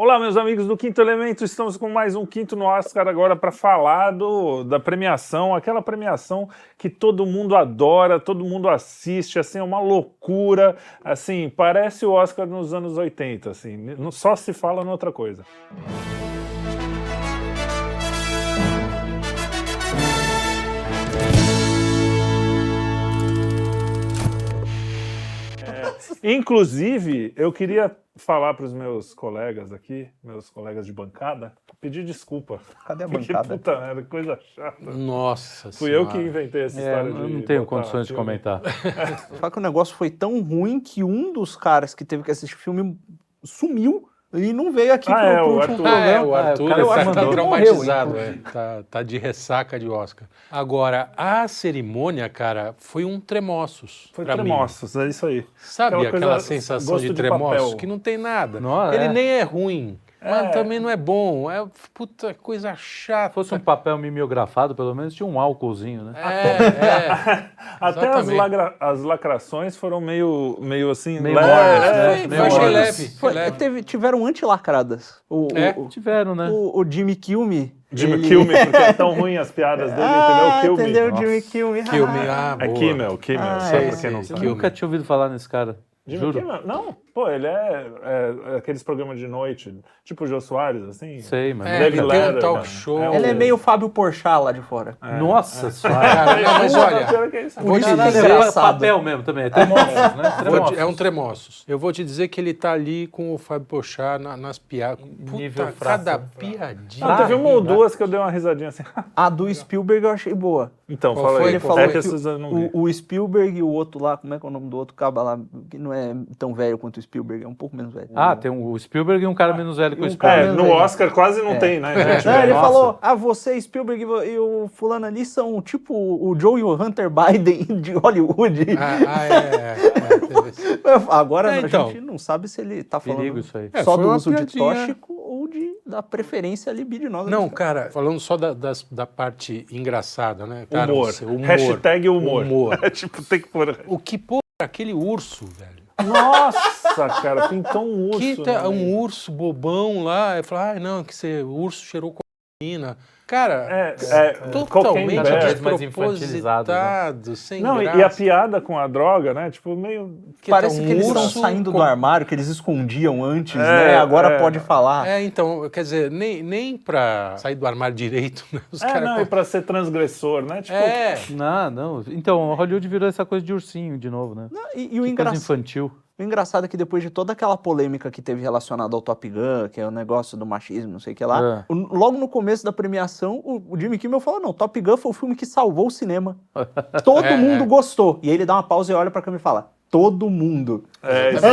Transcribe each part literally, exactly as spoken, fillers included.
Olá, meus amigos do Quinto Elemento, estamos com mais um Quinto no Oscar agora para falar do, da premiação, aquela premiação que todo mundo adora, todo mundo assiste, assim, é uma loucura, assim, parece o Oscar nos anos oitenta, assim, só se fala em outra coisa. É, inclusive, eu queria falar para os meus colegas aqui, meus colegas de bancada, pedir desculpa. Cadê a Porque, bancada? puta merda, coisa chata. Nossa Fui senhora. eu que inventei essa É, história de eu não tenho botar condições de filme. comentar. Só que o negócio foi tão ruim que um dos caras que teve que assistir o filme sumiu e não veio aqui Ah, pro, é, pro o último Arthur. Ah, é, programa. o Arthur o cara tá, mandou. tá Ele traumatizado, morreu, é. tá, tá de ressaca de Oscar. Agora, a cerimônia, cara, foi um tremossos. Foi pra tremossos, é isso aí. Mim. Sabe Aquela aquela, coisa, sensação gosto de de tremossos? papel. Que não tem nada. Não, Ele é. nem é ruim, É. mas também não é bom. É puta coisa chata. Se fosse um papel mimeografado, pelo menos tinha um álcoolzinho, né? É, é. Até as, Exatamente. lagra- as lacrações foram meio, meio assim... Meio leve, mornas, é, né? Foi, Meio eu achei mornas. leve. Foi- leve. teve- tiveram antilacradas. O, É? o, Tiveram, né? o, o Jimmy Kilme. Jimmy ele- Kimmel, porque é tão ruim as piadas dele, Ah, entendeu? Kill entendeu? Me. Jimmy Nossa. Kilme. Kill me, ah, É boa. Kimmel, Kimmel, Ah, só é, pra quem não sim. Eu sabe. Kill nunca me. tinha ouvido falar nesse cara. Jimmy Juro. Kimmel? Não, pô, ele é, é aqueles programas de noite, tipo o Jô Soares, assim. Sei, mas... É, David que tem um Letterman. talk show. É, Ele é meio Fábio Porchat lá de fora. Nossa senhora. Cara, não, mas olha, Pior que é isso. vou te isso que é dizer... engraçado. Papel mesmo também, é tremossos, né? Vou te- Tremossos. é um tremossos. Eu vou te dizer que ele tá ali com o Fábio Porchat na- nas piadas. Nível Puta, fraco. cada piadinha. Não, teve uma ou duas que eu dei uma risadinha assim. A do Spielberg eu achei boa. Então, Qual fala foi? aí. Ele Qual falou É que que essas eu não vi. o, o Spielberg e o outro lá, como é que é o nome do outro caba lá, que não é tão velho quanto o Spielberg, é um pouco menos velho. Ah, tem um, o Spielberg e um cara menos velho que o um Spielberg. É, menos no velho. Oscar quase não tem, né, gente? Não, ele Nossa. falou, ah, você, Spielberg e vo- e o fulano ali são tipo o Joe e o Hunter Biden de Hollywood. Ah, ah, é, é, é, teve esse- Agora É, a então. gente não sabe se ele tá falando Perigo isso aí. É, só foi do uma uso de piadinha. tóxico ou de, da preferência libidinosa. Não, dos caras. cara, falando só da, das- da parte engraçada, né? Cara, Humor. você- humor. Hashtag humor. Humor. tipo, tem que pôr... O que, pô, aquele urso, velho. Nossa, cara, pintou um urso. Que tá, no meio. um urso bobão lá. Eu falei, ah, não, que você, o urso cheirou cocaína. Cara, É, é, totalmente Cocaine Bear. Bear. mais infantilizado, né? despropositado, sem Não, e, graça. e a piada com a droga, né? Tipo, meio... Que Parece tá um que eles estão urso saindo com- do armário, que eles escondiam antes, É, né? Agora é. pode falar. É, então, quer dizer, nem, nem pra sair do armário direito, né? Os É, caras não, com- e pra ser transgressor, né? Tipo, É, Não, não. Então, Hollywood virou essa coisa de ursinho de novo, né? E, e o, Que coisa engra... infantil. o engraçado é que depois de toda aquela polêmica que teve relacionada ao Top Gun, que é o negócio do machismo, não sei o que lá, É. o- logo no começo da premiação, o, o Jimmy Kimmel falou, não, Top Gun foi o filme que salvou o cinema. Todo É, mundo é. gostou. E aí ele dá uma pausa e olha pra câmera e fala, todo mundo. é, isso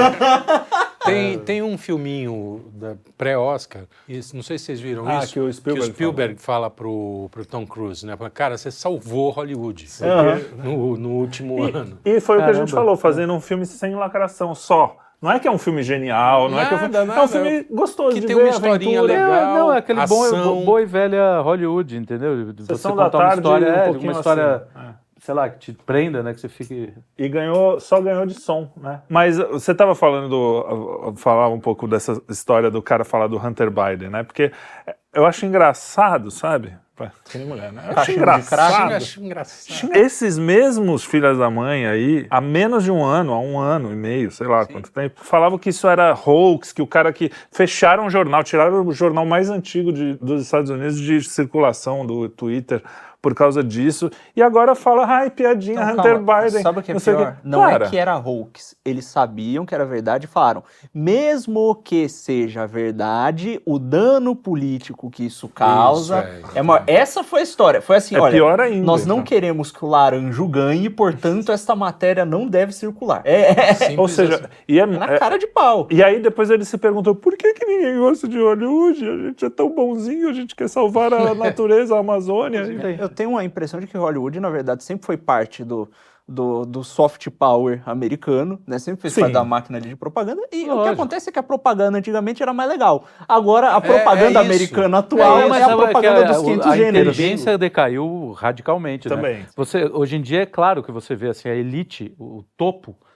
tem, tem um filminho da pré-Oscar, esse- não sei se vocês viram Ah, isso, que o Spielberg Spielberg fala pro, pro Tom Cruise, né? Fala, cara, você salvou Hollywood Aham. no, no último ano. E foi o que a gente Caramba. falou, fazendo um filme sem lacração só. Não é que é um filme genial, não é que é um filme... Nada, É um nada. filme gostoso Que de tem ver, uma historinha aventura. legal. É, não, é aquele bom, ação. boa e velha Hollywood, entendeu? De Sessão você da contar uma tarde, história, um é, pouquinho uma história, assim, é. sei lá, que te prenda, né? Que você fique... E ganhou, só ganhou de som, né? Mas você estava falando, do, falar um pouco dessa história do cara falar do Hunter Biden, né? Porque eu acho engraçado, sabe? Que nem mulher, né? Eu acho Cachimbo de engraçado. Eu acho engraçado. Esses mesmos filhos da mãe aí, há menos de um ano, há um ano e meio, sei lá quanto tempo, falavam que isso era hoax, que o cara que fecharam o jornal, tiraram o jornal mais antigo de, dos Estados Unidos de circulação do Twitter por causa disso, e agora fala, ai, piadinha, Então, Hunter calma, Biden. sabe o que é não sei pior? quê. Não Cara, é que era hoax. Eles sabiam que era verdade e falaram, mesmo que seja verdade, o dano político que isso causa Isso, é, maior. Essa foi a história. Foi assim, É olha, pior ainda, nós não então. queremos que o laranjo ganhe, portanto, esta matéria não deve circular. É, é, Simples Ou seja, assim. e, é, na é- cara de pau. e aí depois ele se perguntou, por que, que ninguém gosta de Hollywood? A gente é tão bonzinho, a gente quer salvar a natureza, a Amazônia. Eu tenho uma impressão de que Hollywood, na verdade, sempre foi parte do, do, do soft power americano, né? Sempre fez Sim. parte da máquina ali de propaganda. E o que Lógico. acontece é que a propaganda antigamente era mais legal. Agora, a propaganda é isso. americana atual é, mas a sabe propaganda que dos a, quintos a gêneros. inteligência decaiu radicalmente, Também. né? Você, hoje em dia é claro que você vê assim, a elite, o, o topo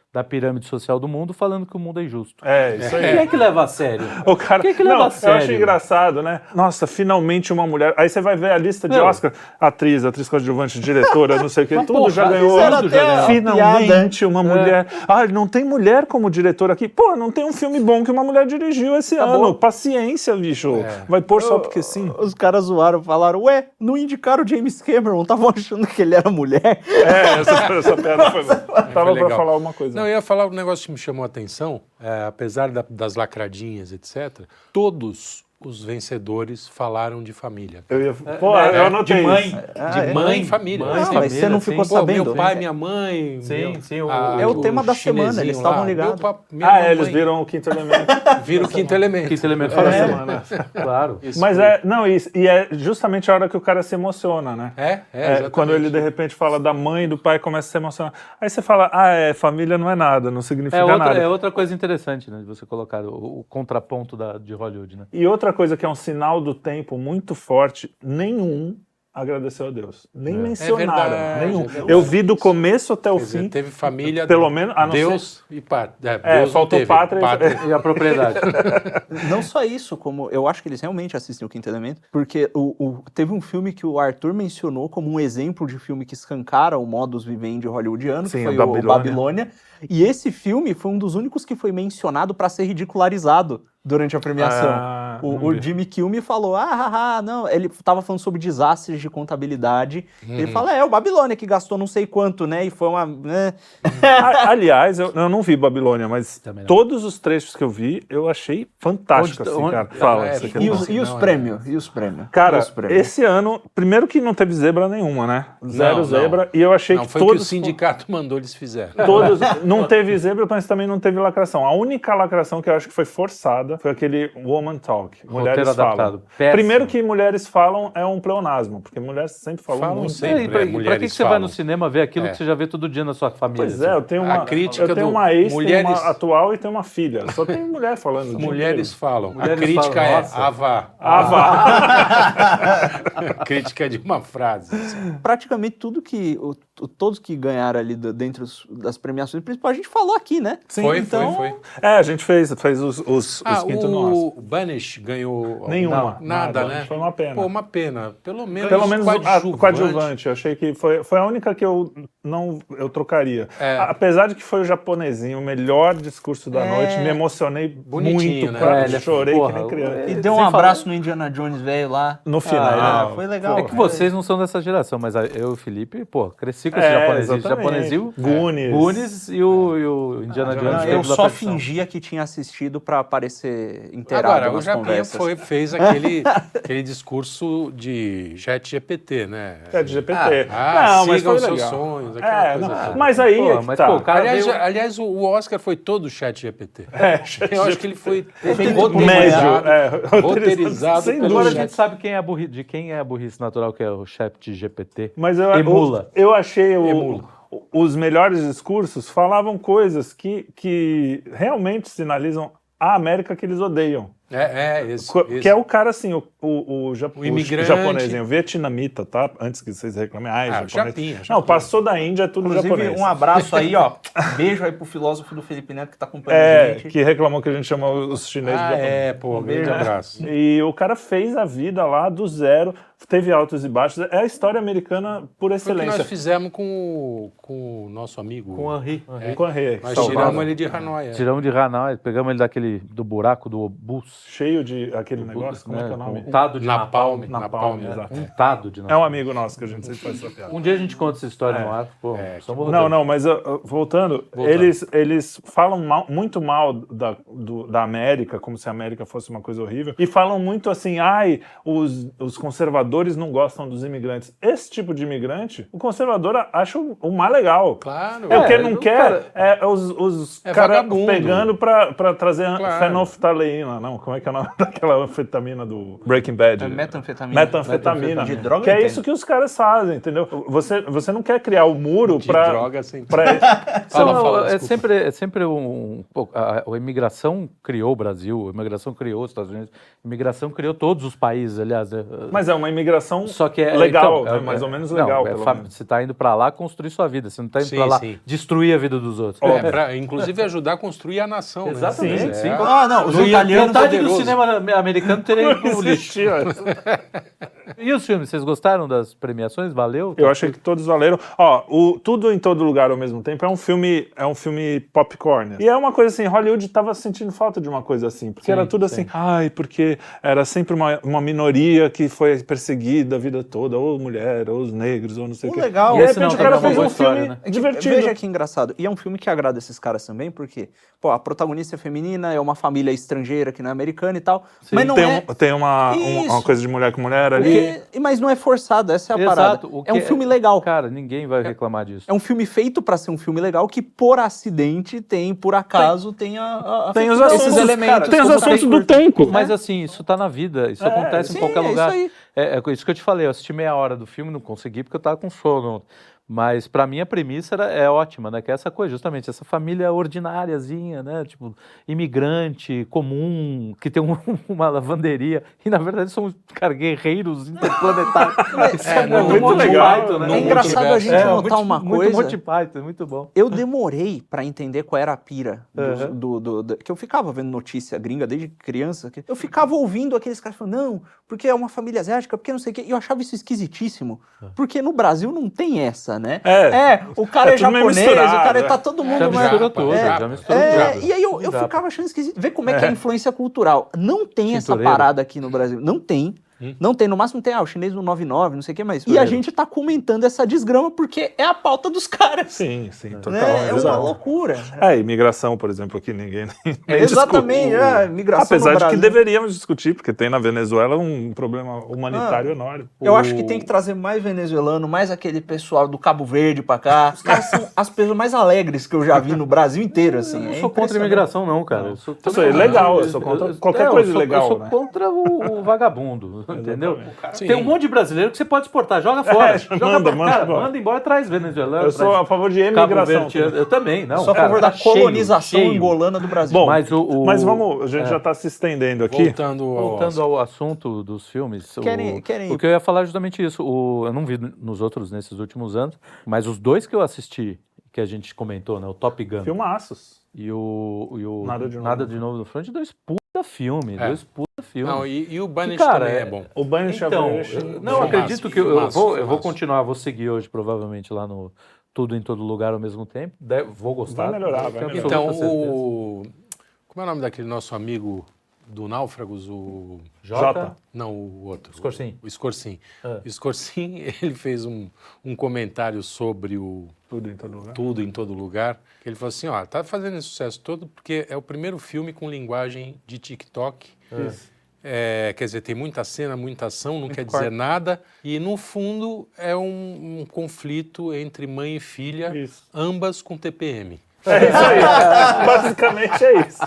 da pirâmide social do mundo falando que o mundo é injusto. É, isso aí. Quem é que leva a sério? O cara... Quem é que leva não, a sério? Eu acho engraçado, né? Nossa, finalmente uma mulher. Aí você vai ver a lista de Não. Oscar. Atriz, atriz coadjuvante, diretora, não sei o quê. Mas, Tudo porra, já ganhou. fizeram Tudo até já ganhou. a Finalmente uma É. mulher. Ah, não tem mulher como diretora aqui. Pô, não tem um filme bom que uma mulher dirigiu esse Acabou. ano. Paciência, bicho. É. Vai pôr só porque sim. Os caras zoaram, falaram, ué, não indicaram o James Cameron, estavam achando que ele era mulher. É, essa, essa piada foi. Tava pra legal. falar uma coisa. Não, eu ia falar um negócio que me chamou a atenção, é, apesar da- das lacradinhas, etcétera, todos os vencedores falaram de família. Eu ia. Pô, É, eu anotei de mãe. isso. Ah, de é? mãe e família. Mãe, Não, Assim, mas família, você não sim. ficou pô, sabendo. meu pai, minha mãe... Sim, meu- sim, o- a- É o tema da semana, chinesinho eles estavam lá, ligados. meu pa- minha Ah, é, mamãe. eles viram o quinto elemento. Viram o quinto elemento. Quinto elemento fala É. semana. Claro. Isso Mas foi- é. Não, isso, e é justamente a hora que o cara se emociona, né? É, é, É, exatamente. quando ele de repente fala da mãe e do pai, começa a se emocionar. Aí você fala, ah, é, família não é nada, não significa É outra, nada. é outra coisa interessante, né? De você colocar o, o contraponto da, de Hollywood, né? E outra coisa que é um sinal do tempo muito forte, nenhum agradeceu a Deus. Nem mencionaram. verdade, nenhum. é verdade. Eu vi do começo até o Quer dizer, fim. teve família, Pelo menos, a não Deus e pátria. É, Deus não faltou teve, pátria e- E a propriedade. Não só isso, como eu acho que eles realmente assistem o Quinto Elemento, porque o, o- teve um filme que o Arthur mencionou como um exemplo de filme que escancara o modus vivendi hollywoodiano, Sim, que foi o o Babilônia. Babilônia. E esse filme foi um dos únicos que foi mencionado para ser ridicularizado durante a premiação. Ah, o não o vi. Jimmy Kimmel falou, ah, ah, ah, não, ele tava falando sobre desastres de contabilidade. Ele Uhum. fala, é, o Babilônia que gastou não sei quanto, né, e foi uma... né. A- Aliás, eu, eu não vi Babilônia, mas Também não. todos os trechos que eu vi, eu achei fantástico, Onde- assim, onde- cara. Fala, é, você quer E falar? os, e os Não, é. prêmios? E os prêmios? Cara, E os prêmios? esse ano, primeiro que não teve zebra nenhuma, né? Zero Não, não. zebra. E eu achei Não, que foi o que o todos. sindicato mandou, eles fizeram. Todos, não teve zebra, mas também não teve lacração. A única lacração que eu acho que foi forçada foi aquele Woman Talk. Mulheres Roteiro falam. adaptado. Péssimo. Primeiro que mulheres falam é um pleonasmo, porque mulheres sempre falam Falam muito. sempre. É, e pra, é, e pra que, mulheres que você vai falam. no cinema ver aquilo É. que você já vê todo dia na sua família? Pois é, eu tenho uma, A crítica eu tenho do uma ex, tenho mulheres- uma atual e tenho uma filha. Só tem mulher falando. o dia Mulheres inteiro. falam. Mulheres a crítica falam, é nossa. avá. Ah, vá. A crítica é de uma frase. Praticamente tudo que o- o- todos que ganharam ali do- dentro os- das premiações principais a gente falou aqui, né? Sim, foi, então- foi, foi. É, a gente fez, fez os, os, Ah, os quinto no Oscar. o Banish ganhou... Nenhuma. Não, nada, né? Foi uma pena. Pô, uma pena. Pelo menos Pelo menos a coadjuvante. coadjuvante. Eu achei que foi, foi a única que eu não eu trocaria. É. A- Apesar de que foi o japonesinho, o melhor discurso da É. noite, me emocionei Bonitinho, muito, né? pra- É, ele é- chorei porra, que nem criança. E É, deu um sem abraço falar- no Indiana Jones velho lá. No final. Ah, foi legal. É que vocês não são dessa geração, mas a- eu e o Felipe, pô, cresci com esse É, japonesinho. exatamente. Japonesinho, Goonies. Goonies e o, e o Indiana Ah, Jones. Não, Jones eu Templo da só Perdição. fingia que tinha assistido pra aparecer inteirado Agora, o nas Japinha conversas. foi, fez aquele, aquele discurso de chat G P T, né? É de G P T. Ah, não, mas sigam foi seus legal. sonhos, aquela É, coisa não, toda. mas aí Pô, é que mas, tá. pô, o cara Aliás, veio- aliás, o Oscar foi todo chat G P T. É, Eu acho que ele foi Ele médio. roteirizado, É, roteirizado sem pelo Agora a dúvida. gente sabe quem é a burri... de quem é a burrice natural, que é o chat G P T. Mas eu, Emula. eu, eu achei o- Emula. o- os melhores discursos falavam coisas que, que realmente sinalizam a América que eles odeiam. É, é, esse, Co- esse. Que é o cara assim, o, o, o, ja- O imigrante. japonesinho, o vietnamita, tá? Antes que vocês reclamem. Ah, é Ah, japonês. Japinha, Não, Japinha. passou da Índia, é tudo Inclusive, japonês. um abraço aí, ó. Beijo aí pro filósofo do Felipe Neto que tá acompanhando a É, gente. que reclamou que a gente chama os chineses de Ah, japonês. é, pô, grande beijo. abraço. E o cara fez a vida lá do zero, teve altos e baixos. É a história americana por Foi o que excelência. nós fizemos com o, com o nosso amigo. Com o Henri. É. Com a Rei, Nós salvava. tiramos ele de Hanoi. é. Tiramos de Hanoi, pegamos ele daquele, do buraco do bus. Cheio de aquele negócio, como é que é o nome? Untado de Napalm. Napalm, Napalm, é. exato. Untado de É Napalm. um amigo nosso que a gente sempre faz essa piada. Um dia a gente conta essa história É. no ar. Pô, É, somos Não, rodeios. não, mas uh, uh, voltando, Voltando. Eles, eles falam mal- muito mal da, do- da América, como se a América fosse uma coisa horrível, e falam muito assim, ai, os, os conservadores não gostam dos imigrantes. Esse tipo de imigrante, o conservador a- acha o, o mais legal. Claro. É, o que É, ele não o quer cara- é os, os É caras vagabundo. pegando pra, pra trazer Claro. fenolftaleína, não, como é que é o nome daquela anfetamina do Breaking Bad? É metanfetamina. Metanfetamina. De droga, que é entendo. isso que os caras fazem, entendeu? Você, você não quer criar o muro De pra... droga, sem... pra... Fala, Não, fala, é desculpa. sempre, é sempre um, um pouco- a, a imigração criou o Brasil, a imigração criou os Estados Unidos, a imigração criou todos os países, aliás. é, Mas é uma imigração Só que é legal, então, né? é- mais ou menos não, legal, é pelo fa- menos. Você está indo para lá construir sua vida, você não está indo Sim, para lá sim. destruir a vida dos outros. É, pra, inclusive ajudar a construir a nação, né? Exatamente, É. sim. Ah, não, os Não ia- italianos... Metade do poderoso. cinema americano teria ido pro lixo. Existia. E os filmes, vocês gostaram das premiações? Valeu? Eu achei que todos valeram. Ó, o Tudo em Todo Lugar ao Mesmo Tempo é um filme, é um filme popcorn. E é uma coisa assim, Hollywood tava sentindo falta de uma coisa assim, porque Sim, era tudo sim. assim, ai, porque era sempre uma, uma minoria que foi perseguida a vida toda, ou mulher, ou os negros, ou não sei o O quê. legal- E de Esse não, repente o também cara é uma fez boa um história, filme né? É que, divertido. Veja que engraçado. E é um filme que agrada esses caras também, porque pô, a protagonista é feminina, é uma família estrangeira que não é americana e tal. Mas não tem, é. um- tem uma, um- uma Isso. coisa de mulher com mulher ali. Porque- Mas não é forçado, essa é a Exato, parada. o É um que filme legal. Cara, ninguém vai reclamar disso. É um filme feito pra ser um filme legal que, por acidente, tem, por acaso, tem a. a- a- Tem os esses assuntos, elementos. cara, tem os como assuntos tem- do tempo. Mas assim, isso tá na vida, isso acontece sim, em qualquer é lugar. isso aí. É, é isso que eu te falei, eu assisti meia hora do filme, não consegui porque eu tava com sono ontem. Mas pra mim a premissa era, é ótima, né? Que é essa coisa, justamente, essa família ordináriazinha, né? Tipo, imigrante, comum, que tem um- uma lavanderia. E na verdade são, cara, guerreiros interplanetários. Isso É, não, muito muito Monty legal. Python, né? Não, É engraçado a gente É, notar muito, uma muito coisa. Monty Python, muito bom. Eu demorei pra entender qual era a pira dos- Uhum. do, do- do- que eu ficava vendo notícia gringa desde criança. Que eu ficava ouvindo aqueles caras falando, não, porque é uma família asiática, porque não sei o quê. E eu achava isso esquisitíssimo. Porque no Brasil não tem essa, né? É. o cara É é, tudo meio japonês, o misturado, cara é. tá todo mundo... Já mas- misturou tudo, é, já misturou é, tudo. e aí eu, eu Dá. ficava achando esquisito. Vê como é que é a influência cultural. Não tem essa Cintureiro. parada aqui no Brasil. Não tem. Hum. Não tem. No máximo tem, ah, o chinês no noventa e nove, não sei o que mais. E a Cintureiro. gente tá comentando essa desgrama porque é a pauta dos caras. Sim, sim, total. Né? É uma exato. loucura. É, imigração, por exemplo, que ninguém nem, nem Exatamente, discute. é, migração Apesar no de que Brasil. deveríamos discutir, porque tem na Venezuela um problema humanitário enorme. Eu acho que tem que trazer mais venezuelano, mais aquele pessoal do Cabo Verde pra cá. Os caras são as pessoas mais alegres que eu já vi no Brasil inteiro, assim. Eu não É sou contra a impressionante. imigração, não, cara. Eu sou, Eu sou ilegal, eu sou contra qualquer eu coisa sou- ilegal, Eu sou né? contra o, o vagabundo, entendeu? Sim. Tem um monte de brasileiro que você pode exportar, joga fora. É, joga manda, pra- manda cara, embora. manda embora, traz venezuelano. Eu sou traz a favor de Cabo imigração. Verde, eu, eu também, não. Sou a cara, favor tá da cheio, colonização cheio. angolana do Brasil. Bom, Mas o- o- mas vamos, a gente é. já está se estendendo aqui. Voltando ao Voltando ao assunto dos filmes, Querem- o, querem- o que eu ia falar é justamente isso. O, eu não vi nos outros nesses últimos anos, mas os dois que eu assisti, que a gente comentou, né? O Top Gun Filmaços. e o, e o Nada de Novo. Nada de Novo no Front, dois puta filme, É. dois puta filme. Não, e, e o Banished Que, cara, também é é- bom. O Banho Então, eu- não, eu Filmaço, acredito que eu, eu filmaço, vou, eu vou filmaço. continuar, vou seguir hoje provavelmente lá no Tudo em Todo Lugar ao mesmo tempo. De- vou gostar. Vai melhorar, vai tenho melhorar. Então, absoluta certeza. o... Como é o nome daquele nosso amigo do Náufragos? O... Jota. Não, o outro. Scorsese. O Scorsese. Ah. O Scorsese, ele fez um, um comentário sobre o Tudo em todo lugar. Tudo em Todo Lugar. Ele falou assim, ó, tá fazendo esse sucesso todo porque é o primeiro filme com linguagem de TikTok. Isso. É, quer dizer, tem muita cena, muita ação, não quer corte. dizer nada. E, no fundo, é um, um conflito entre mãe e filha, Isso. ambas com T P M. É isso aí. Basicamente é isso.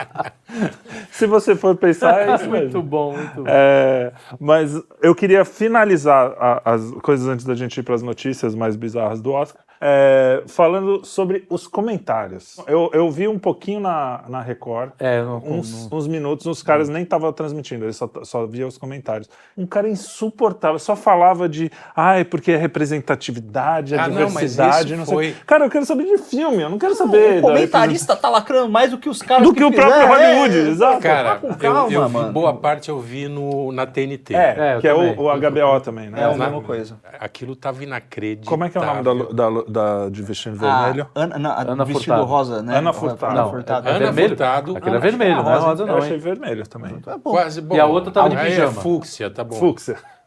Se você for pensar, é isso mesmo. Muito bom, muito bom. É, mas eu queria finalizar a- as coisas antes da gente ir para as notícias mais bizarras do Oscar, é, falando sobre os comentários. Eu, eu vi um pouquinho na, na Record, É, eu não, uns, não- uns minutos, os caras nem estavam transmitindo, eles só, só via os comentários. Um cara insuportável, só falava de, ai, porque é representatividade, a Ah, não, mas diversidade, isso não, foi- sei. Cara, eu quero saber de filme, eu não quero saber O da comentarista tá lacrando mais do que os caras do que, o próprio fizeram. Hollywood, É, exato. Cara, com eu, calma, eu vi, mano. boa parte eu vi no, na T N T. É, É, eu que é também. o, o H B O também, né? É a Exato. mesma coisa. Aquilo tava inacreditável. Como é que é o nome da, da, da de vestido vermelho? Ah, Ana, na- Ana vestido Furtado. rosa, né? Ana Furtado. Não, Furtado. é Ana vermelho. Furtado. Aquele é Ah, vermelho, achei não é rosa, rosa não, Eu hein? achei vermelho também. É bom. Quase bom. E a outra tava de Aí pijama. É fúcsia, tá bom. Fúcsia.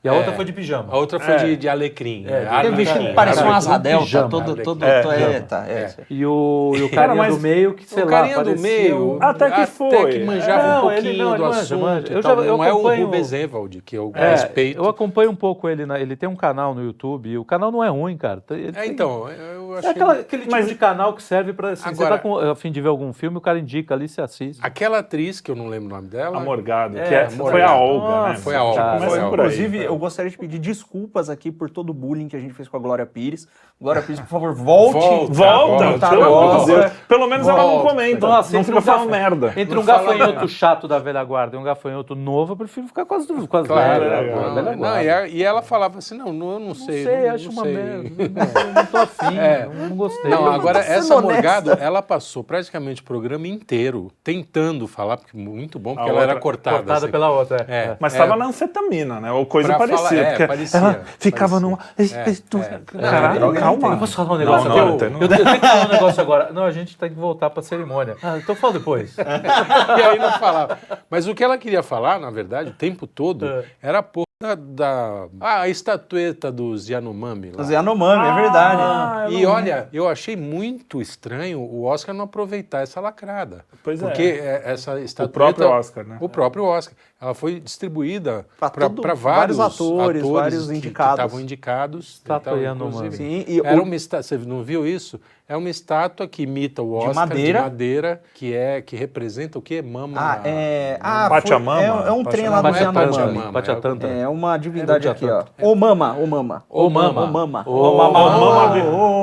E a É. outra foi de pijama. A outra foi É. de, de alecrim. É, né? Aquele Arlequim, vestido que parecia uma arlequim. asa delta, pijama, todo, arlequim. todo, É, todo, é, tá, é, é. isso aí. E o, e o Cara, carinha mas do meio que, sei O lá, carinha do parecia meio, um- Até que foi. que manjava Não, um ele pouquinho não, ele do manja, assunto. manja. e Eu tal. já- eu não é o acompanho- Rubens Evald, que eu É, respeito. eu acompanho um pouco ele, na- ele tem um canal no YouTube, e o canal não é ruim, cara. Ele É, tem- então, eu achei... É aquela- aquele tipo Mas- de canal que serve pra, assim, você Agora- tá com, a fim de ver algum filme, o cara indica ali, você assiste. Aquela atriz, que eu não lembro o nome dela... A Morgado, É, que é, Morgado. foi a Olga, né? Nossa, Foi a Olga, Começa foi a por aí. Inclusive, eu gostaria de pedir desculpas aqui por todo o bullying que a gente fez com a Glória Pires. Glória Pires, por favor, volte. Volta. Volta, Volta, pelo amor de volta. Deus. Pelo menos ela não Volta. comenta. Nossa, não entre fica um falando gafa- merda. Entre Não um fala gafanhoto nada. chato da velha guarda e um gafanhoto novo, eu prefiro ficar com as, duas- com as Claro, velhas. é, pô, não, velha não, guarda. e, a- e ela falava assim, não, não eu não Não sei. sei, não, acho não uma sei. merda. Não, não tô afim, É. não, não gostei. Não, agora Tá sendo essa honesta. Morgado, ela passou praticamente o programa inteiro tentando falar, porque muito bom, porque A ela era outra- cortada. cortada assim. pela outra. É. Mas é, estava na anfetamina, né? Ou coisa Pra parecia. falar- é, porque parecia, ela ficava parecia. numa. É, Tu- é. Caralho, Droga, calma. Eu posso falar um negócio Não, não, agora? não, eu, eu tenho que falar um negócio agora. Não, a gente tem que voltar pra cerimônia. Ah, então fala depois. E aí não falava. Mas o que ela queria falar, na verdade, o tempo todo, É. era a porra da, da- ah, a estatueta dos Yanomami lá. Os Yanomami, é verdade. Ah, eu E não olha, eu achei muito estranho o Oscar não aproveitar essa lacrada. Pois é. Porque é, essa estatueta... O próprio Oscar, né? O próprio Oscar. Ela foi distribuída Pra para todo- vários, vários atores, vários que- indicados. Que estavam indicados. Estátua Então, Yanomami. inclusive, Sim, e era o- uma estátua, você não viu isso? É uma estátua que imita o Oscar madeira. de madeira, que é que representa o quê? Mama. Ah, é. Ah, Pachamama. foi- é, é um trem lá do Não é Yanomami. Pachamama. Pachatanta. É uma divindade É, aqui, ó. Omama, Omama. Omama. Omama. Ô, Mama.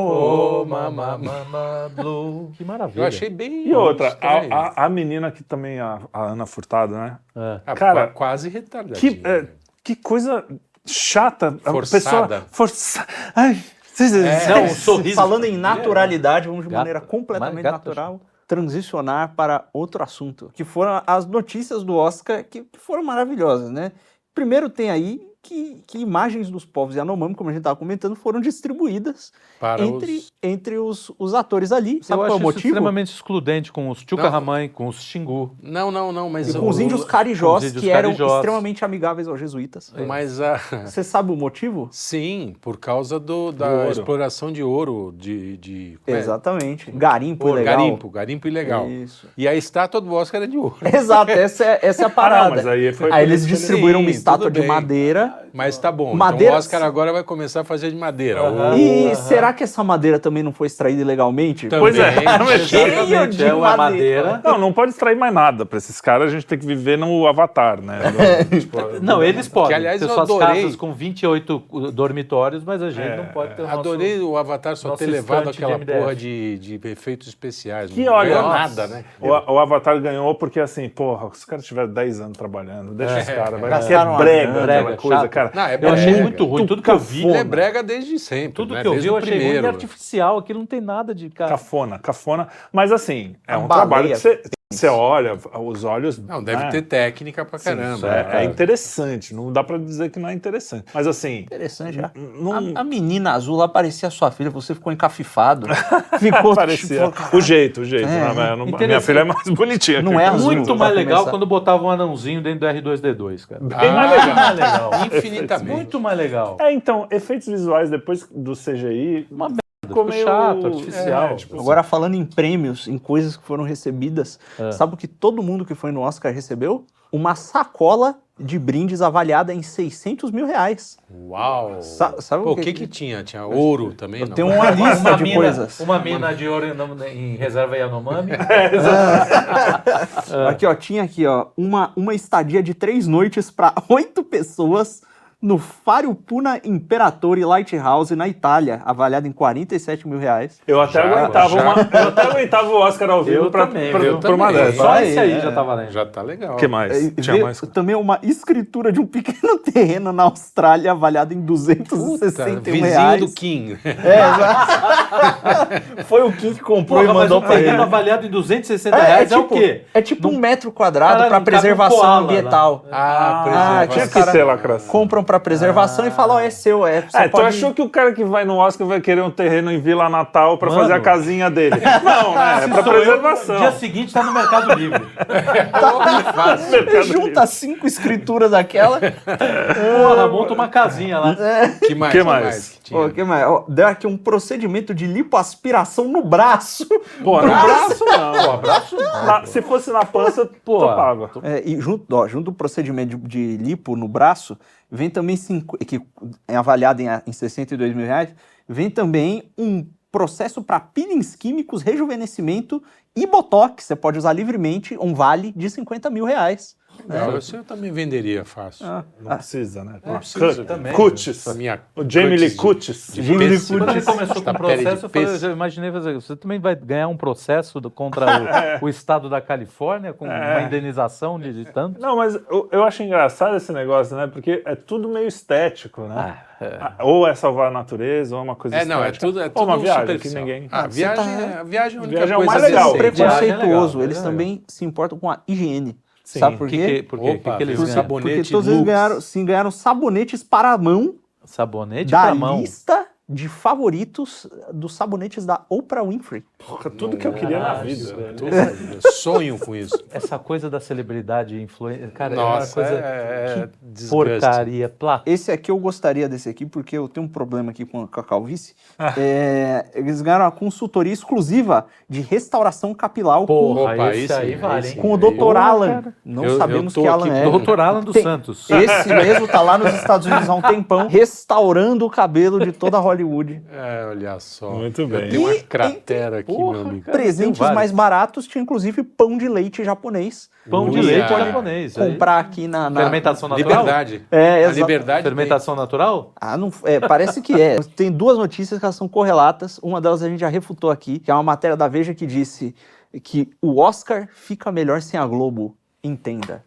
Oh, mama. Mama Blue. Que maravilha. Eu achei bem. E outra, estranho. a, a, a menina que também, a, a Ana Furtado, né? É. Ah, cara, qua- quase retardadinha. Que, é, que coisa chata. A Forçada. pessoa força... Ai, vocês- Não, um sorriso. Falando em naturalidade, vamos de Gato. maneira completamente Mas gato, natural transicionar para outro assunto, que foram as notícias do Oscar, que foram maravilhosas, né? Primeiro tem aí que, que imagens dos povos Yanomami, como a gente estava comentando, foram distribuídas Para entre, os... entre os, os atores ali. Sabe Eu qual é acho o isso motivo? extremamente excludente com os Não. Tchucarramãe, com os Xingu. Não, não, não, mas... E com os o- índios com carijós, os índios que eram carijós. extremamente amigáveis aos jesuítas. Mas a... Você sabe o motivo? Sim, por causa do, da Do ouro. exploração de ouro, de... de como é? Exatamente. Garimpo Ouro, ilegal. Garimpo, garimpo ilegal. Isso. E a estátua do Oscar é de ouro. Exato, essa é, essa é a Ah, parada. não, mas aí foi Aí por eles isso que ele- distribuíram uma Sim, estátua tudo de bem. madeira. Mas tá bom. Madeira- Então o Oscar agora vai começar a fazer de madeira. Aham. O- E Aham. será que essa madeira também não foi extraída ilegalmente? Também. Pois é. Cheio de É uma madeira. madeira. Não, não pode extrair mais nada. Pra esses caras, a gente tem que viver no Avatar, né? Do- tipo, Não, eles podem Que, aliás, ter eu suas adorei. casas com vinte e oito dormitórios, mas a gente É, não pode ter o nosso... Adorei o Avatar só nosso ter levado estante de aquela M D F. porra de, de efeitos especiais. Que não olha, ganhou nossa. nada, né? O, o Avatar ganhou porque, assim, porra, os caras tiveram dez anos trabalhando, deixa os caras, vai. Porque é Gastaram uma brega, grana, aquela brega, coisa, chato. cara. Não, é Eu brega. achei muito ruim. Tudo que eu vi, Ele é brega desde sempre. tudo né? que eu vi Desde eu o achei muito primeiro. artificial. Aquilo não tem nada de... Cara, Cafona, cafona. Mas, assim, é Uma um trabalho baleia. que você, você olha, os olhos... Não, deve né? ter técnica pra caramba. Isso é, né? é interessante, não dá pra dizer que não é interessante. Mas, assim, Interessante, já. não A, a menina azul lá parecia sua filha, você ficou encafifado. Ficou parecia. tipo, O jeito, o jeito. É, né? Mas eu não- minha interessante. filha é mais bonitinha. Não que é eu. azul. muito pra mais legal começar. quando botava um anãozinho dentro do R dois D dois, cara. Bem mais Ah, legal. mais legal. Infinitamente. Muito mais legal. É, então, efeitos visuais depois do C G I... Uma merda. ficou Ficou meio- chato, artificial. É, tipo, Agora, falando em prêmios, em coisas que foram recebidas, É. sabe o que todo mundo que foi no Oscar recebeu? Uma sacola de brindes avaliada em seiscentos mil reais. Uau! Sa- sabe Pô, o o que que- que tinha? Tinha ouro também? Eu não? tenho uma lista Uma de mina, coisas. uma mina de ouro em, em reserva Yanomami. Aqui, ó, tinha aqui, ó, uma, uma estadia de três noites para oito pessoas no Fariupuna Imperatore Lighthouse, na Itália, avaliado em quarenta e sete mil reais. Eu até, Já, aguentava já. uma, eu até aguentava o Oscar ao vivo Eu pra, também, pra, eu pra uma também. dessas. Só Vai, esse aí é. já tá valendo. Já tá legal. O que mais? E Tinha veio mais. também uma escritura de um pequeno terreno na Austrália, avaliado em duzentos e sessenta e um vizinho reais. do King. É, exato. Foi o Kim que comprou Porra, e mas mandou um pra ele. terreno avaliado em duzentos e sessenta reais é, o quê? É tipo um metro quadrado Caralho, para não cabe um preservação koala lá. ambiental. Ah, Ah, preservação. Tinha os que cara ser lacração. Compram pra preservação Ah. e fala, ó, é seu, é. Você É, tu pode... achou que o cara que vai no Oscar vai querer um terreno em Vila Natal pra Mano. fazer a casinha dele? Não, né? É pra Sou eu, preservação. dia seguinte tá no Mercado Livre. Mercado Junta cinco escrituras daquela. Porra, monta uma casinha lá. Que mais? Que mais? que tinha? Ó, que mais? Ó, deu aqui um procedimento de lipoaspiração no braço. Pô, no braço não. Pô, abraço. Na- se fosse na pança, Pô, topava. É, e junto, ó, junto do procedimento de, de lipo no braço, vem também, cinco, que é avaliado em, em sessenta e dois mil reais, vem também um processo para peelings químicos, rejuvenescimento e botox. Você pode usar livremente um vale de cinquenta mil reais. Não, isso eu também venderia fácil. Ah, Não precisa, né? Não precisa também. Cutis. A minha O Jamie Lee cutis Curtis. de- de Jamie Lee pêssego. Quando ele começou com Esta o pele de processo, eu, falei, pêssego. eu imaginei, fazer, você também vai ganhar um processo do- contra o, o estado da Califórnia com uma indenização de, de tanto? Não, mas eu, eu acho engraçado esse negócio, né? Porque é tudo meio estético, né? Ah, é. Ah, Ou é salvar a natureza, ou é uma coisa É, não, é estética. tudo, é ou tudo uma viagem que superficial. ninguém... Ah, a Você viagem, tá- é, a viagem é a única Viagem é o coisa mais legal. decente. Preconceituoso. Viagem é Eles legal, também se importam com a higiene. Sim. Sabe por Que quê? que, por quê? Opa, que, que eles viu? ganham? Sabonete Porque todos eles Lux. ganharam, sim, ganharam sabonetes para a mão Sabonete da pra mão. lista de favoritos dos sabonetes da Oprah Winfrey. Porra, tudo que eu queria na vida. velho. Tudo, eu sonho com isso. Essa coisa da celebridade influência. Cara, Nossa, é uma coisa. é, é que desgaste. porcaria. Plá. Esse aqui eu gostaria desse aqui, porque eu tenho um problema aqui com, com a calvície. É, eles ganharam uma consultoria exclusiva de restauração capilar com, Porra, Opa, esse esse aí aí, vale, esse hein? com o aí. doutor Porra, Alan. cara. Não Eu- sabemos eu tô que Alan aqui, é. Doutor Alan dos Tem- Santos. Esse mesmo tá lá nos Estados Unidos há um tempão, restaurando o cabelo de toda Hollywood. É, olha só. Muito bem. Eu tenho uma E- cratera aqui, Porra, meu amigo. cara. Presentes tem vários. mais baratos tinha inclusive pão de leite japonês. Pão de Uia. leite japonês. aí. Comprar aqui na. na- Fermentação natural? Liberdade. É, a exato. liberdade. Fermentação natural? Ah, não, é, parece que é. Tem duas notícias que elas são correlatas. Uma delas a gente já refutou aqui, que é uma matéria da Veja que disse que o Oscar fica melhor sem a Globo. Entenda.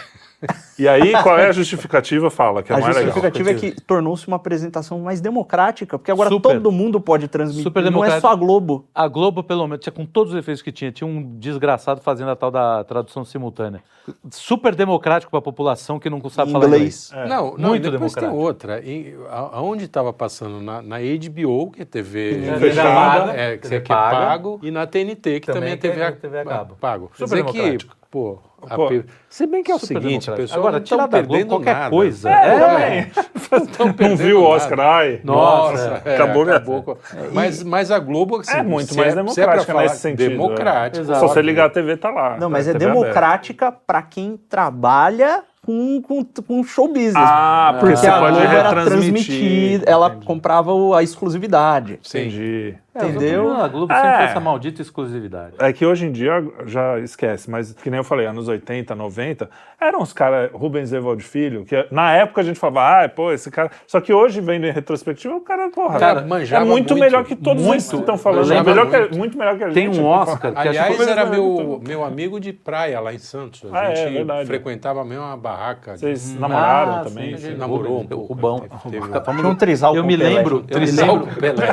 E aí, qual é a justificativa? Fala, que é A mais legal. justificativa é que tornou-se uma apresentação mais democrática, porque agora Super. todo mundo pode transmitir, Super não é democrático. só a Globo. A Globo, pelo menos, tinha com todos os efeitos que tinha, tinha um desgraçado fazendo a tal da tradução simultânea. Super democrático para a população que não sabe Em falar inglês. inglês. Não, não, Muito depois tem democrático. outra. E, a- aonde estava passando? Na, na H B O, que é T V É, Fechada. é, que T V que é paga. pago, e na T N T, que também, Também é T V, que é a- T V a cabo. pago. Quer Super dizer que, democrático. pô, a Pô, pe- se bem que é o Super seguinte, democrático. pessoal, Agora, não estão tirar da Globo perdendo qualquer nada. coisa. É, Não viu o Oscar? Ai, Nossa, é, acabou minha- acabou com- mas, mas a Globo assim, É muito se mais se é pra democrática falar nesse sentido, democrática. é. Exato. Se você ligar a T V, tá lá. Não, mas A é T V aberta. democrática para quem trabalha com, com, com show business. Ah, porque porque você a pode Globo era retransmitir. transmitir, ela comprava o- a exclusividade. Sim. Entendi. Entendeu? A Globo sempre É. tem essa maldita exclusividade. É que hoje em dia já esquece, mas que nem eu falei, anos oitenta, noventa, eram os caras, Rubens Evaldo Filho, que na época a gente falava, ah, pô, esse cara. Só que hoje, vendo em retrospectiva, o cara, porra, Cara, é manjava muito, muito, melhor que todos muito. esses que estão falando. Manjava Melhor que, muito. muito melhor que a gente. Tem um tipo, Oscar que acho Aliás, que foi... era meu, meu amigo de praia lá em Santos. A Ah, é, gente verdade. frequentava a mesma barraca. Vocês Hum, namoraram ah, também? sim, A gente sim. namorou um O pouco. Rubão. Teve- teve- Tinha um trisal Eu com me o Pelé. lembro, eu me Trisal lembro, com Pelé.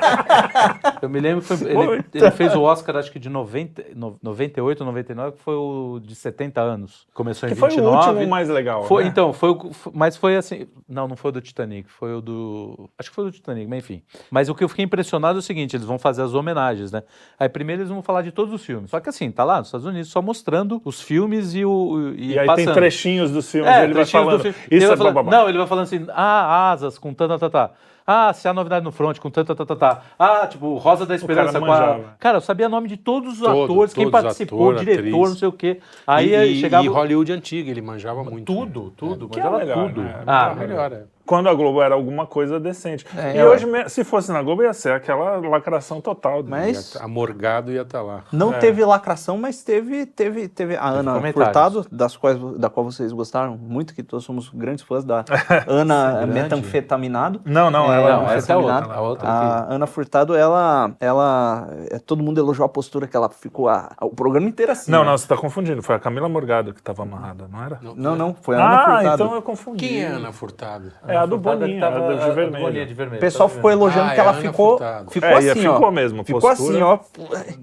eu me lembro que foi, ele, ele fez o Oscar, acho que de noventa, no- noventa e oito, noventa e nove, que foi o de setenta anos. Começou em Que foi vinte e o nove. último mais legal. Foi, né? Então, foi o, f- mas foi assim, não, não foi o do Titanic, foi o do, acho que foi o do Titanic, mas enfim. Mas o que eu fiquei impressionado é o seguinte, eles vão fazer as homenagens, né? Aí primeiro eles vão falar de todos os filmes, só que assim, tá lá nos Estados Unidos só mostrando os filmes e o e, E aí passando. tem trechinhos dos filmes, É, ele vai trechinhos do falando. filme. Ele Isso vai é falando- bababá. Não, ele vai falando assim, ah, asas com tanta, tá, tá. Ah, se há novidade no front com tanta, tá, tá, tá. Ah, tipo, Rosa da Esperança cara com a... manjava. Cara, eu sabia o nome de todos os Todo, atores, quem todos, participou, ator, diretor, atriz. não sei o quê. Aí, e, aí e- chegava... e Hollywood antiga, ele manjava muito. Tudo, tudo, Que é manjava melhor, tudo. né? Ah, Ah, melhor, é. Quando a Globo era alguma coisa decente. É, e é. hoje, me- se fosse na Globo, ia ser aquela lacração total. Mas- Ia- A Morgado ia estar lá. Não É. teve lacração, mas teve, teve, teve a Ana comentários. Furtado, das quais, da qual vocês gostaram muito, que todos somos grandes fãs da Ana grande. Metanfetaminado. Não, não, É, ela não, essa é a outra. Metanfetaminado. A outra A Ana Furtado, ela, ela, é, todo mundo elogiou a postura que ela ficou a- o programa inteiro assim. Não, né? não, você tá confundindo. Foi a Camila Morgado que tava amarrada, não era? Não, não, foi a Ana Ah, Furtado. então eu confundi. Quem é Ana Furtado? É a do Furtado Boninho, tava- a do de a do vermelho. Boninho de vermelho. O pessoal tá ficou vendo? elogiando Ah, que é ela Ana ficou, Furtado. ficou É, e assim, ó. ficou mesmo, Ficou postura. assim, ó.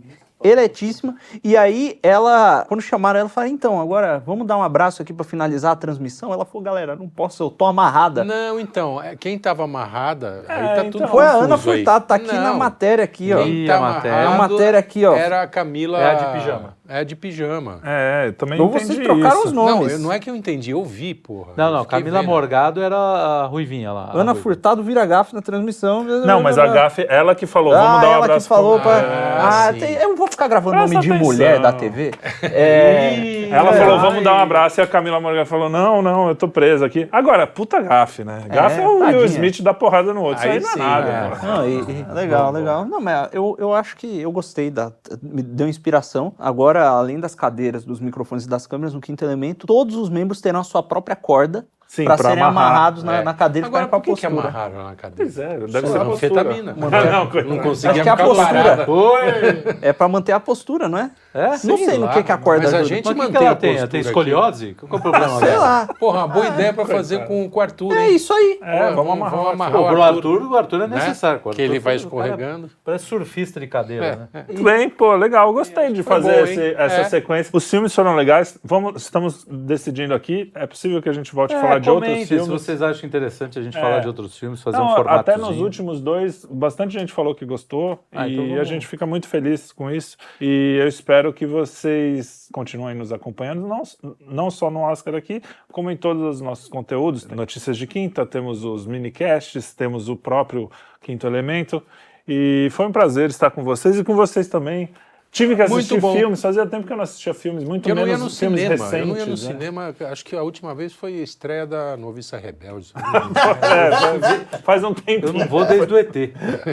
eletíssima. E aí, ela, quando chamaram ela, falou, então, agora vamos dar um abraço aqui pra finalizar a transmissão. Ela falou, galera, não posso, eu tô amarrada. Não, então, é, quem tava amarrada, aí É, tá então. tudo Foi a confuso Ana aí. Furtado, tá aqui Não, na matéria aqui, ó. Quem Ih, tá a matéria. amarrado A matéria aqui, ó. Era a Camila... É a de pijama. É a de pijama. É, eu também Ou entendi vocês trocaram isso. os Não, nomes. eu, não é que eu entendi, eu vi, porra. Não, Eu não, fiquei Camila vendo. Morgado era a Ruivinha lá. a Ana Ruivinha. Furtado vira gafe na transmissão. Não, mas a Gafe, ela que falou, Ah, vamos dar um ela abraço que falou pra... pra... Ah, Ah, sim. tem- eu não vou ficar gravando Presta nome de atenção. mulher da T V. É... Ela É, falou, ai. vamos dar um abraço, e a Camila Morgan falou, não, não, eu tô presa aqui. Agora, puta gafe, né? Gafe é, o tadinha. Will Smith dar porrada no outro, Aí isso aí sim, não é nada. é. pô. Não, e- e- legal, legal. Não, mas eu, eu acho que eu gostei, da, me deu inspiração. Agora, além das cadeiras, dos microfones e das câmeras, no Quinto Elemento, todos os membros terão a sua própria corda Sim, para pra serem amarrar. amarrados na, É. na cadeira e Agora, ficarem com a por que, que postura. amarraram na cadeira? Pois é, deve Sei ser lá, a postura. anfetamina. Não, coisa- Não conseguia Acho que é a ficar postura. parada. Oi! É pra manter a postura, não é? É? Não Sei sei no lá, que, que a corda mas a ajuda. gente- Mas o que, que mantém ela a tem? postura Tem aqui. escoliose? Qual que é o problema Sei dela? lá. Porra, uma boa ideia pra fazer com, com o Arthur, É hein? isso aí. É, Porra, vamos amarrar o amarrar Pô, o pro Arthur, Arthur, o Arthur é né? necessário. o Que ele Arthur- vai o cara escorregando. Parece surfista de cadeira, né? Muito bem, pô, legal, gostei de Foi fazer bom, esse- hein? essa É. sequência. Os filmes foram legais, vamos, estamos decidindo aqui, é possível que a gente volte a É, falar de outros comentem filmes. se vocês acham interessante a gente É. falar de outros filmes, fazer Não, um formato. até nos últimos dois, bastante gente falou que gostou Ah, e então vamos- a gente fica muito feliz com isso. E eu espero que vocês continuem nos acompanhando, não, não só no Oscar aqui, como em todos os nossos conteúdos. Notícias de Quinta, temos os minicasts, temos o próprio Quinto Elemento. E foi um prazer estar com vocês e com vocês também. Tive que assistir Muito bom. filmes, fazia tempo que eu não assistia filmes, muito Eu não ia menos no filmes cinema, recentes. eu não ia no né? cinema, acho que a última vez foi a estreia da Noviça Rebelde. É, faz, faz um tempo. Eu não vou desde o E T.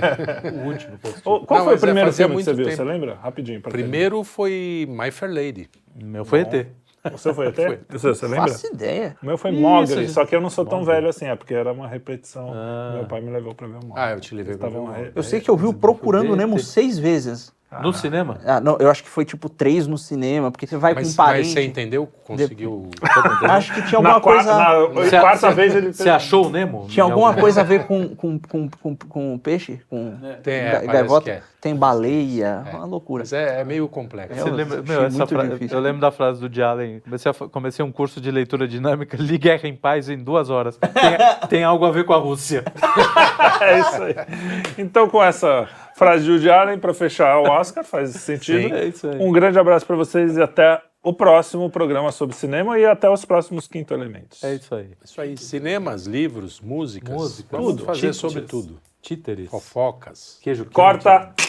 O último que eu assisti. Ô, Qual Não, foi o mas é, primeiro fazia filme que você muito viu? tempo. Você lembra? Rapidinho. pra Primeiro foi My Fair Lady. O meu foi E T. terminar. O seu foi até? Você, você lembra? Faço ideia. O meu foi Isso, Mogli, gente. só que eu não sou tão velho assim, é porque era uma repetição. Meu pai me levou pra ver o Mogli. Ah, eu te levei pra ver o Estavam Mogli. re- Eu sei que eu vi o Procurando Nemo Tem- seis vezes. No cinema? Ah, não, eu acho que foi tipo três no cinema, porque você vai Mas, com um mas parente. você entendeu? Conseguiu... Acho que tinha Na, alguma qua- coisa. na Você- quarta você- vez ele Você achou o Nemo? Tinha Em alguma algum- coisa a ver com, com, com, com, com peixe? Com Tem, é, ga- parece gaivota? que é. Tem baleia. Uma loucura. Mas é, é meio complexo. É, Você Eu lembra- achei meu, essa muito fra- difícil. Eu lembro da frase do Woody Allen. Comecei, a fa- comecei um curso de leitura dinâmica, li Guerra em Paz em duas horas. Tem, tem algo a ver com a Rússia. É isso aí. Então, com essa frase de Woody Allen, para fechar o Oscar, faz sentido. Sim, é isso aí. Um grande abraço para vocês e até o próximo programa sobre cinema e até os próximos Quinto Elementos. É isso aí. Isso aí, cinemas, livros, músicas. Música, Vamos tudo. fazer Títeres. sobre tudo. Títeres. Fofocas. Queijo quente. Corta!